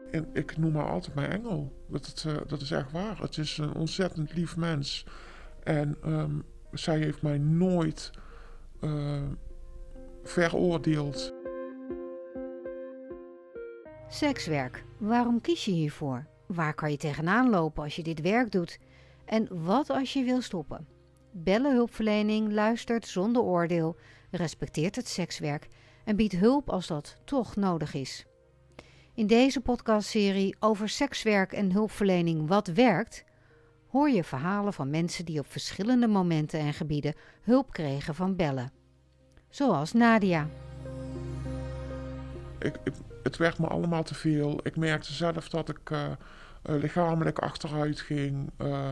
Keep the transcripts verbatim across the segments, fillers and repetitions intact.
En ik noem haar altijd mijn engel. Dat, het, uh, dat is echt waar. Het is een ontzettend lief mens. En um, zij heeft mij nooit uh, veroordeeld. Sekswerk. Waarom kies je hiervoor? Waar kan je tegenaan lopen als je dit werk doet? En wat als je wil stoppen? Belle Hulpverlening luistert zonder oordeel, respecteert het sekswerk en biedt hulp als dat toch nodig is. In deze podcastserie over sekswerk en hulpverlening wat werkt, hoor je verhalen van mensen die op verschillende momenten en gebieden hulp kregen van Belle. Zoals Nadia. Ik, ik, het werd me allemaal te veel. Ik merkte zelf dat ik uh, uh, lichamelijk achteruit ging. Uh,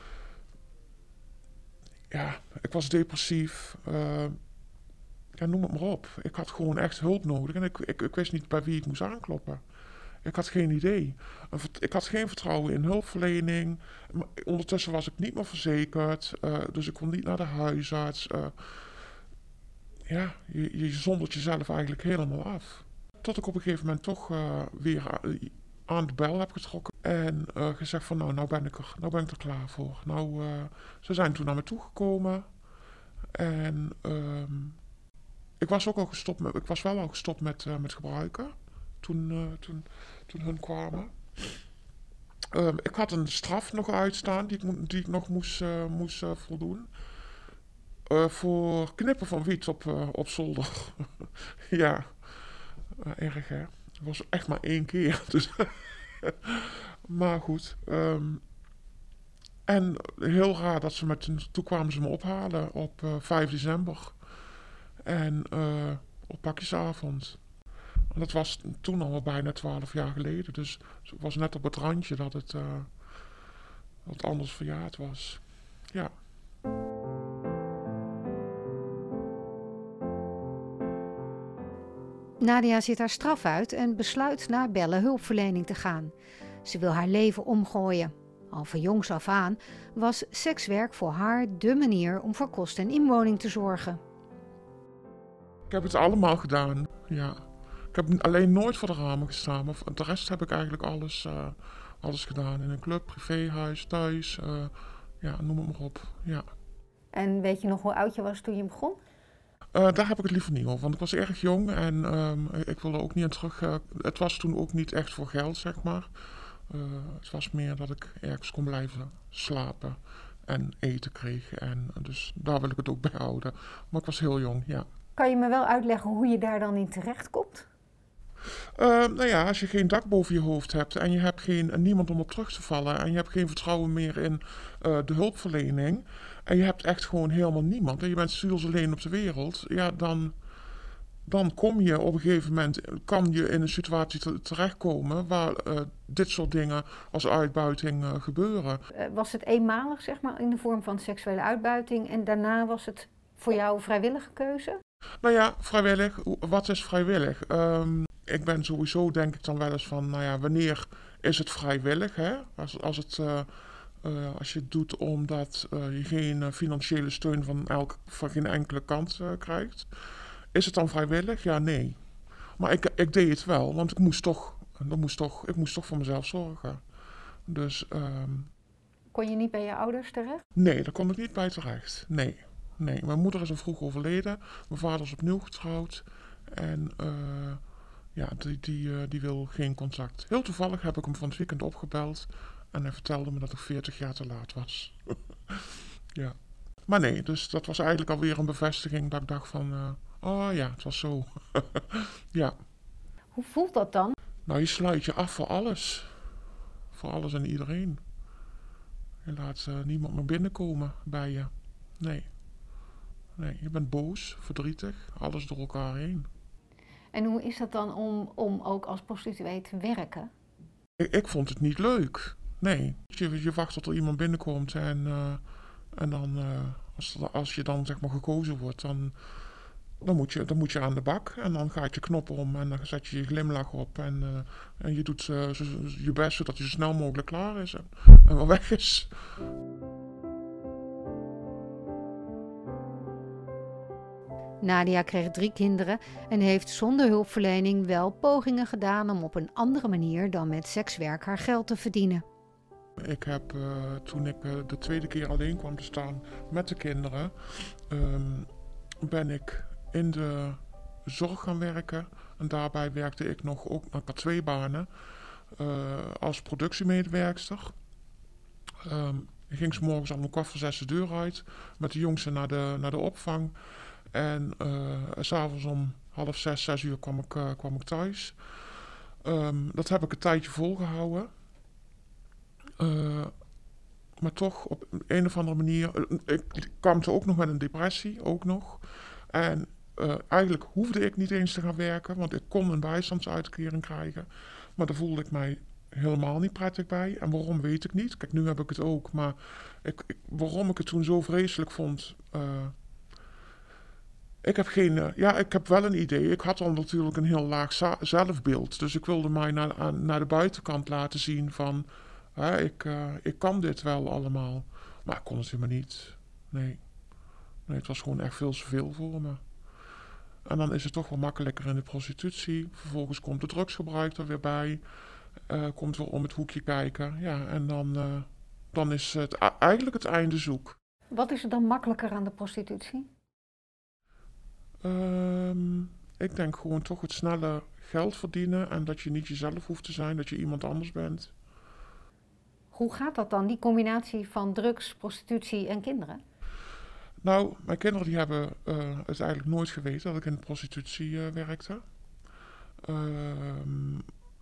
ja, ik was depressief. Uh, ja, noem het maar op. Ik had gewoon echt hulp nodig en ik, ik, ik wist niet bij wie ik moest aankloppen. Ik had geen idee. Ik had geen vertrouwen in hulpverlening. Ondertussen was ik niet meer verzekerd. Uh, dus ik kon niet naar de huisarts. Uh, ja, je, je zondert jezelf eigenlijk helemaal af. Tot ik op een gegeven moment toch uh, weer aan de bel heb getrokken. En uh, gezegd van nou, nou ben ik er, nou ben ik er klaar voor. Nou, uh, ze zijn toen naar me toegekomen. En uh, ik was ook al gestopt met, ik was wel al gestopt met, uh, met gebruiken. Toen, uh, toen, toen hun kwamen. Uh, ik had een straf nog uitstaan die ik, die ik nog moest, uh, moest uh, voldoen. Uh, voor knippen van wiet op, uh, op zolder. Ja, uh, erg hè. Dat was echt maar één keer. Dus maar goed. Um, en heel raar dat ze me toen, toen kwamen ze me ophalen op uh, vijf december. En uh, op pakjesavond. En dat was toen al bijna twaalf jaar geleden. Dus het was net op het randje dat het, uh, dat het anders verjaard was. Ja. Nadia zit haar straf uit en besluit naar Belle Hulpverlening te gaan. Ze wil haar leven omgooien. Al van jongs af aan was sekswerk voor haar dé manier om voor kost en inwoning te zorgen. Ik heb het allemaal gedaan, ja. Ik heb alleen nooit voor de ramen gestaan. Maar de rest heb ik eigenlijk alles, uh, alles gedaan. In een club, privéhuis, thuis. Uh, ja, noem het maar op. Ja. En weet je nog hoe oud je was toen je begon? Uh, daar heb ik het liever niet over. Want ik was erg jong en um, ik wilde ook niet aan terug. Uh, het was toen ook niet echt voor geld, zeg maar. Uh, het was meer dat ik ergens kon blijven slapen en eten kreeg. En dus daar wil ik het ook bij houden. Maar ik was heel jong, ja. Kan je me wel uitleggen hoe je daar dan in terecht komt? Uh, nou ja, als je geen dak boven je hoofd hebt en je hebt geen, niemand om op terug te vallen en je hebt geen vertrouwen meer in uh, de hulpverlening en je hebt echt gewoon helemaal niemand en je bent zielsaleen op de wereld, ja, dan, dan kom je op een gegeven moment, kan je in een situatie te, terechtkomen waar uh, dit soort dingen als uitbuiting uh, gebeuren. Uh, was het eenmalig, zeg maar, in de vorm van seksuele uitbuiting en daarna was het voor jou een vrijwillige keuze? Nou ja, vrijwillig. Wat is vrijwillig? Um, ik ben sowieso, denk ik dan wel eens van, nou ja, wanneer is het vrijwillig? Hè? Als, als, het, uh, uh, als je het doet omdat uh, je geen uh, financiële steun van, elk, van geen enkele kant uh, krijgt. Is het dan vrijwillig? Ja, nee. Maar ik, ik deed het wel, want ik moest toch, ik moest toch, ik moest toch voor mezelf zorgen. Dus, um, kon je niet bij je ouders terecht? Nee, daar kon ik niet bij terecht. Nee. Nee, mijn moeder is al vroeg overleden. Mijn vader is opnieuw getrouwd. En uh, ja, die, die, uh, die wil geen contact. Heel toevallig heb ik hem van het weekend opgebeld. En hij vertelde me dat ik veertig jaar te laat was. Ja. Maar nee, dus dat was eigenlijk alweer een bevestiging dat ik dacht van... Uh, oh ja, het was zo. Ja. Hoe voelt dat dan? Nou, je sluit je af voor alles. Voor alles en iedereen. Je laat uh, niemand meer binnenkomen bij je. Nee. Nee, je bent boos, verdrietig, alles door elkaar heen. En hoe is dat dan om, om ook als prostituee te werken? Ik, ik vond het niet leuk. Nee, je, je wacht tot er iemand binnenkomt en, uh, en dan, uh, als, als je dan zeg maar gekozen wordt, dan, dan, moet je, dan moet je aan de bak. En dan gaat je knop om en dan zet je je glimlach op en, uh, en je doet uh, je best zodat hij zo snel mogelijk klaar is en, en weer weg is. Nadia kreeg drie kinderen en heeft zonder hulpverlening wel pogingen gedaan om op een andere manier dan met sekswerk haar geld te verdienen. Ik heb uh, toen ik uh, de tweede keer alleen kwam te staan met de kinderen, um, ben ik in de zorg gaan werken. En daarbij werkte ik nog, ook, ik had twee banen, uh, als productiemedewerkster. Um, ik ging 's morgens om een kwart voor zes de deur uit met de jongste naar de, naar de opvang. En uh, 's avonds om half zes, zes uur kwam ik, uh, kwam ik thuis. Um, dat heb ik een tijdje volgehouden. Uh, maar toch op een of andere manier, uh, ik kwam er ook nog met een depressie, ook nog. En uh, eigenlijk hoefde ik niet eens te gaan werken, want ik kon een bijstandsuitkering krijgen. Maar daar voelde ik mij helemaal niet prettig bij. En waarom weet ik niet. Kijk, nu heb ik het ook, maar ik, ik, waarom ik het toen zo vreselijk vond... Uh, Ik heb geen, uh, ja, ik heb wel een idee. Ik had al natuurlijk een heel laag za- zelfbeeld. Dus ik wilde mij naar, aan, naar de buitenkant laten zien van... Uh, ik, uh, ik kan dit wel allemaal. Maar ik kon het helemaal niet. Nee. Nee, het was gewoon echt veel te veel voor me. En dan is het toch wel makkelijker in de prostitutie. Vervolgens komt de drugsgebruik er weer bij. Uh, komt weer om het hoekje kijken. Ja, en dan, uh, dan is het a- eigenlijk het einde zoek. Wat is er dan makkelijker aan de prostitutie? Um, ik denk gewoon toch het snelle geld verdienen en dat je niet jezelf hoeft te zijn, dat je iemand anders bent. Hoe gaat dat dan, die combinatie van drugs, prostitutie en kinderen? Nou, mijn kinderen die hebben uh, het eigenlijk nooit geweten dat ik in de prostitutie uh, werkte. Um,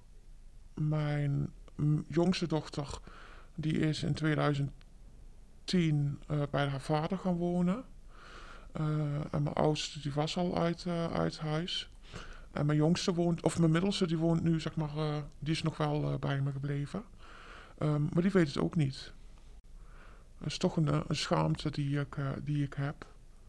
mijn m- jongste dochter die is in tweeduizend tien uh, bij haar vader gaan wonen. Uh, en mijn oudste die was al uit, uh, uit huis. En mijn jongste woont, of mijn middelste die woont nu, zeg maar, uh, die is nog wel uh, bij me gebleven. Um, maar die weet het ook niet. Dat is toch een, een schaamte die ik, uh, die ik heb.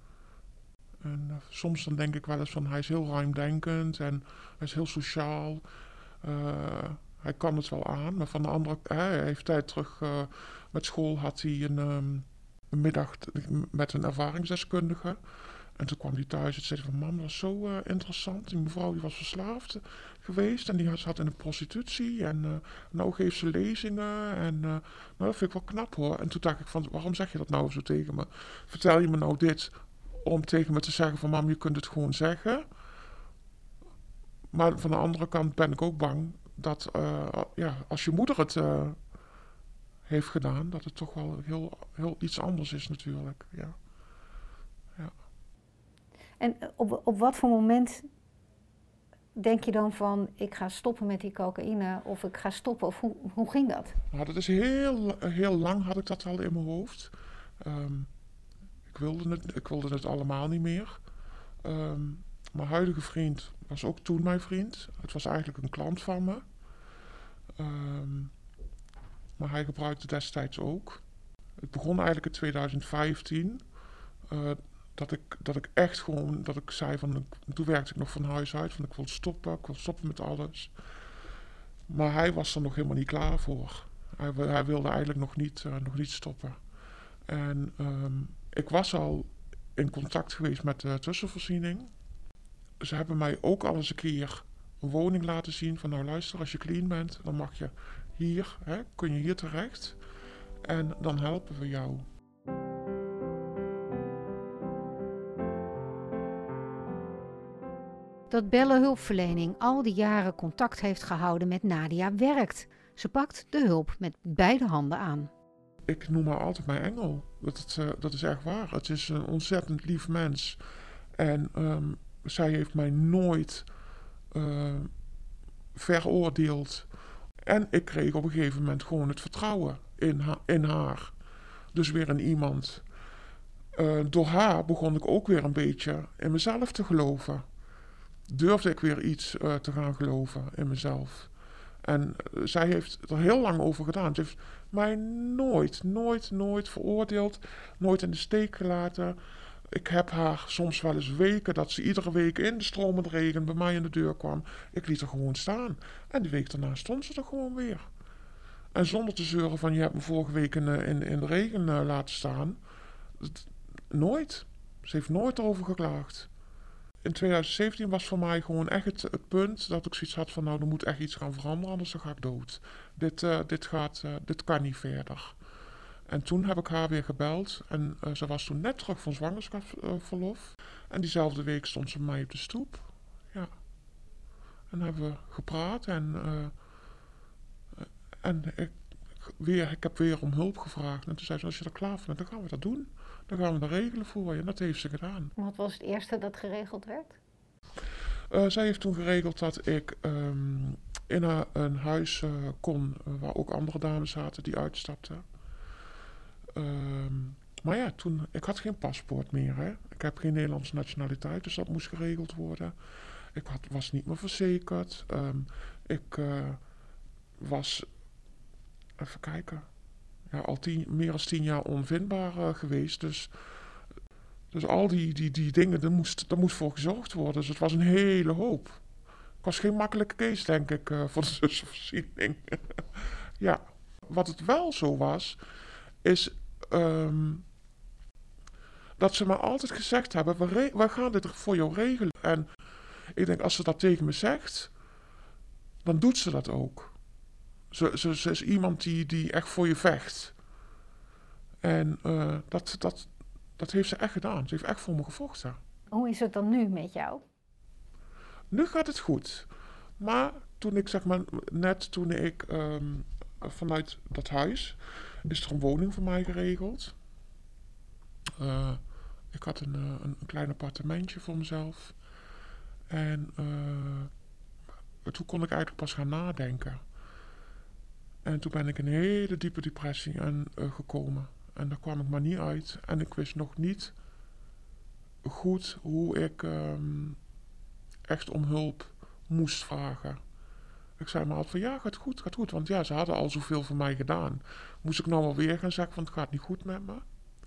En uh, soms dan denk ik wel eens van, hij is heel ruimdenkend en hij is heel sociaal. Uh, hij kan het wel aan, maar van de andere, uh, hij heeft tijd terug uh, met school had hij een... Um, een middag met een ervaringsdeskundige. En toen kwam hij thuis en zei van... Mam, dat was zo uh, interessant. Die mevrouw die was verslaafd geweest. En die zat in de prostitutie. En uh, nou geeft ze lezingen. En uh, nou, dat vind ik wel knap hoor. En toen dacht ik van... Waarom zeg je dat nou zo tegen me? Vertel je me nou dit om tegen me te zeggen van... Mam, je kunt het gewoon zeggen. Maar van de andere kant ben ik ook bang... dat uh, ja, als je moeder het... Uh, heeft gedaan, dat het toch wel heel, heel iets anders is natuurlijk. Ja. Ja. En op, op wat voor moment denk je dan van... ik ga stoppen met die cocaïne of ik ga stoppen? Of hoe, hoe ging dat? Nou, dat is heel, heel lang had ik dat al in mijn hoofd. Um, ik, wilde het, ik wilde het allemaal niet meer. Um, mijn huidige vriend was ook toen mijn vriend. Het was eigenlijk een klant van me. Um, Maar hij gebruikte destijds ook. Het begon eigenlijk in tweeduizend vijftien. Uh, dat, ik, dat ik echt gewoon, dat ik zei van, toen werkte ik nog van huis uit, van ik wil stoppen, ik wil stoppen met alles. Maar hij was er nog helemaal niet klaar voor. Hij, hij wilde eigenlijk nog niet, uh, nog niet stoppen. En um, ik was al in contact geweest met de tussenvoorziening. Ze hebben mij ook al eens een keer een woning laten zien van, nou luister, als je clean bent, dan mag je hier, hè, kun je hier terecht en dan helpen we jou. Dat Belle Hulpverlening al die jaren contact heeft gehouden met Nadia werkt. Ze pakt de hulp met beide handen aan. Ik noem haar altijd mijn engel. Dat, het, uh, dat is echt waar. Het is een ontzettend lief mens. En um, zij heeft mij nooit uh, veroordeeld. En ik kreeg op een gegeven moment gewoon het vertrouwen in, ha- in haar. Dus weer in iemand. Uh, door haar begon ik ook weer een beetje in mezelf te geloven. Durfde ik weer iets uh, te gaan geloven in mezelf. En uh, zij heeft er heel lang over gedaan. Ze heeft mij nooit, nooit, nooit veroordeeld. Nooit in de steek gelaten. Ik heb haar soms wel eens weken dat ze iedere week in de stromende regen bij mij in de deur kwam. Ik liet haar gewoon staan. En die week daarna stond ze er gewoon weer. En zonder te zeuren van je hebt me vorige week in, in, in de regen uh, laten staan. Het, nooit. Ze heeft nooit over geklaagd. in twintig zeventien was voor mij gewoon echt het, het punt dat ik zoiets had van, nou, er moet echt iets gaan veranderen, anders dan ga ik dood. Dit, uh, dit, gaat, uh, dit kan niet verder. En toen heb ik haar weer gebeld en uh, ze was toen net terug van zwangerschapsverlof. Uh, en diezelfde week stond ze bij mij op de stoep. Ja. En hebben we gepraat en, uh, en ik, weer, ik heb weer om hulp gevraagd. En toen zei ze, als je er klaar voor bent, dan gaan we dat doen. Dan gaan we dat regelen voor je. En dat heeft ze gedaan. Wat was het eerste dat geregeld werd? Uh, zij heeft toen geregeld dat ik um, in a, een huis uh, kon, uh, waar ook andere dames zaten die uitstapten. Um, maar ja, toen, ik had geen paspoort meer. Hè. Ik heb geen Nederlandse nationaliteit, dus dat moest geregeld worden. Ik had, was niet meer verzekerd. Um, ik uh, was, even kijken, ja, al tien, meer dan tien jaar onvindbaar uh, geweest. Dus, dus al die, die, die dingen, daar moest, daar moest voor gezorgd worden. Dus het was een hele hoop. Ik was geen makkelijke case, denk ik, uh, voor de tussenvoorziening. Ja, wat het wel zo was, is um, dat ze me altijd gezegd hebben, we, re- we gaan dit voor jou regelen. En ik denk, als ze dat tegen me zegt, dan doet ze dat ook. Ze, ze, ze is iemand die, die echt voor je vecht. En uh, dat, dat, dat heeft ze echt gedaan. Ze heeft echt voor me gevochten. Hoe is het dan nu met jou? Nu gaat het goed. Maar toen ik, zeg maar, net toen ik um, vanuit dat huis, is er een woning voor mij geregeld. Uh, ik had een, een, een klein appartementje voor mezelf. En uh, toen kon ik eigenlijk pas gaan nadenken. En toen ben ik in een hele diepe depressie aan, uh, gekomen. En daar kwam ik maar niet uit. En ik wist nog niet goed hoe ik um, echt om hulp moest vragen. Ik zei maar altijd van ja, gaat goed, gaat goed. Want ja, ze hadden al zoveel voor mij gedaan. Moest ik nou wel weer gaan zeggen van het gaat niet goed met me.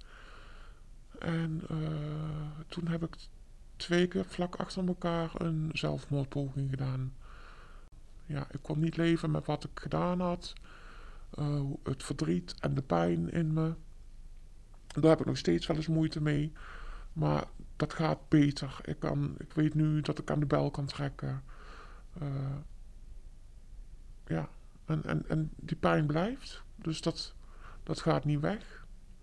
En uh, toen heb ik twee keer vlak achter elkaar een zelfmoordpoging gedaan. Ja, ik kon niet leven met wat ik gedaan had. Uh, het verdriet en de pijn in me. Daar heb ik nog steeds wel eens moeite mee. Maar dat gaat beter. Ik, kan, ik weet nu dat ik aan de bel kan trekken. Uh, ja, en, en, en die pijn blijft. Dus dat, dat gaat niet weg.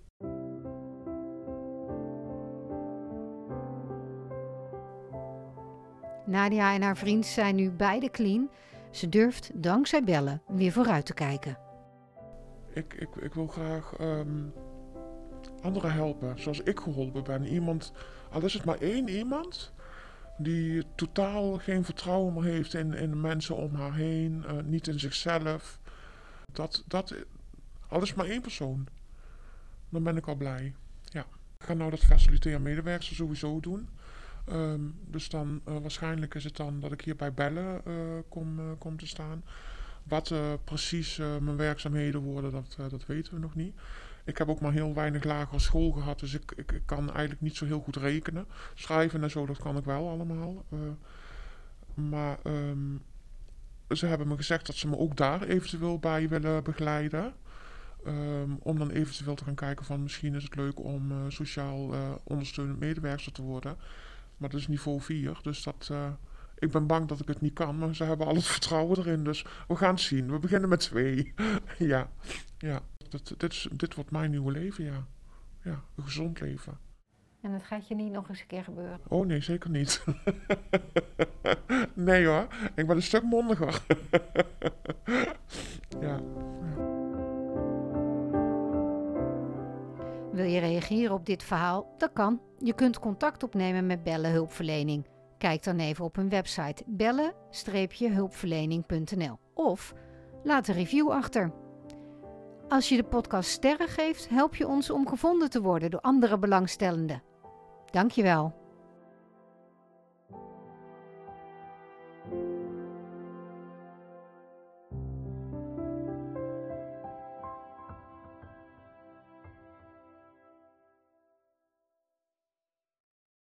Nadia en haar vriend zijn nu beide clean. Ze durft dankzij bellen weer vooruit te kijken. Ik, ik, ik wil graag um, anderen helpen, zoals ik geholpen ben. Iemand, al is het maar één iemand, die totaal geen vertrouwen meer heeft in, in de mensen om haar heen, uh, niet in zichzelf. Dat, dat, al is het maar één persoon, dan ben ik al blij. Ja. Ik ga nou dat faciliteren medewerkers sowieso doen. Um, dus dan uh, waarschijnlijk is het dan dat ik hier bij bellen uh, kom, uh, kom te staan. Wat uh, precies uh, mijn werkzaamheden worden, dat, uh, dat weten we nog niet. Ik heb ook maar heel weinig lagere school gehad, dus ik, ik, ik kan eigenlijk niet zo heel goed rekenen. Schrijven en zo, dat kan ik wel allemaal. Uh, maar um, ze hebben me gezegd dat ze me ook daar eventueel bij willen begeleiden. Um, om dan eventueel te gaan kijken van misschien is het leuk om uh, sociaal uh, ondersteunend medewerker te worden. Maar dat is niveau vier, dus dat, uh, ik ben bang dat ik het niet kan. Maar ze hebben al het vertrouwen erin, dus we gaan het zien. We beginnen met twee. ja, ja. Dat, dit, is, dit wordt mijn nieuwe leven, ja. Ja, een gezond leven. En dat gaat je niet nog eens een keer gebeuren? Oh nee, zeker niet. nee hoor, ik ben een stuk mondiger. ja. Wil je reageren op dit verhaal? Dat kan. Je kunt contact opnemen met Bellen Hulpverlening. Kijk dan even op hun website bellen hulpverlening punt n l of laat een review achter. Als je de podcast sterren geeft, help je ons om gevonden te worden door andere belangstellenden. Dankjewel.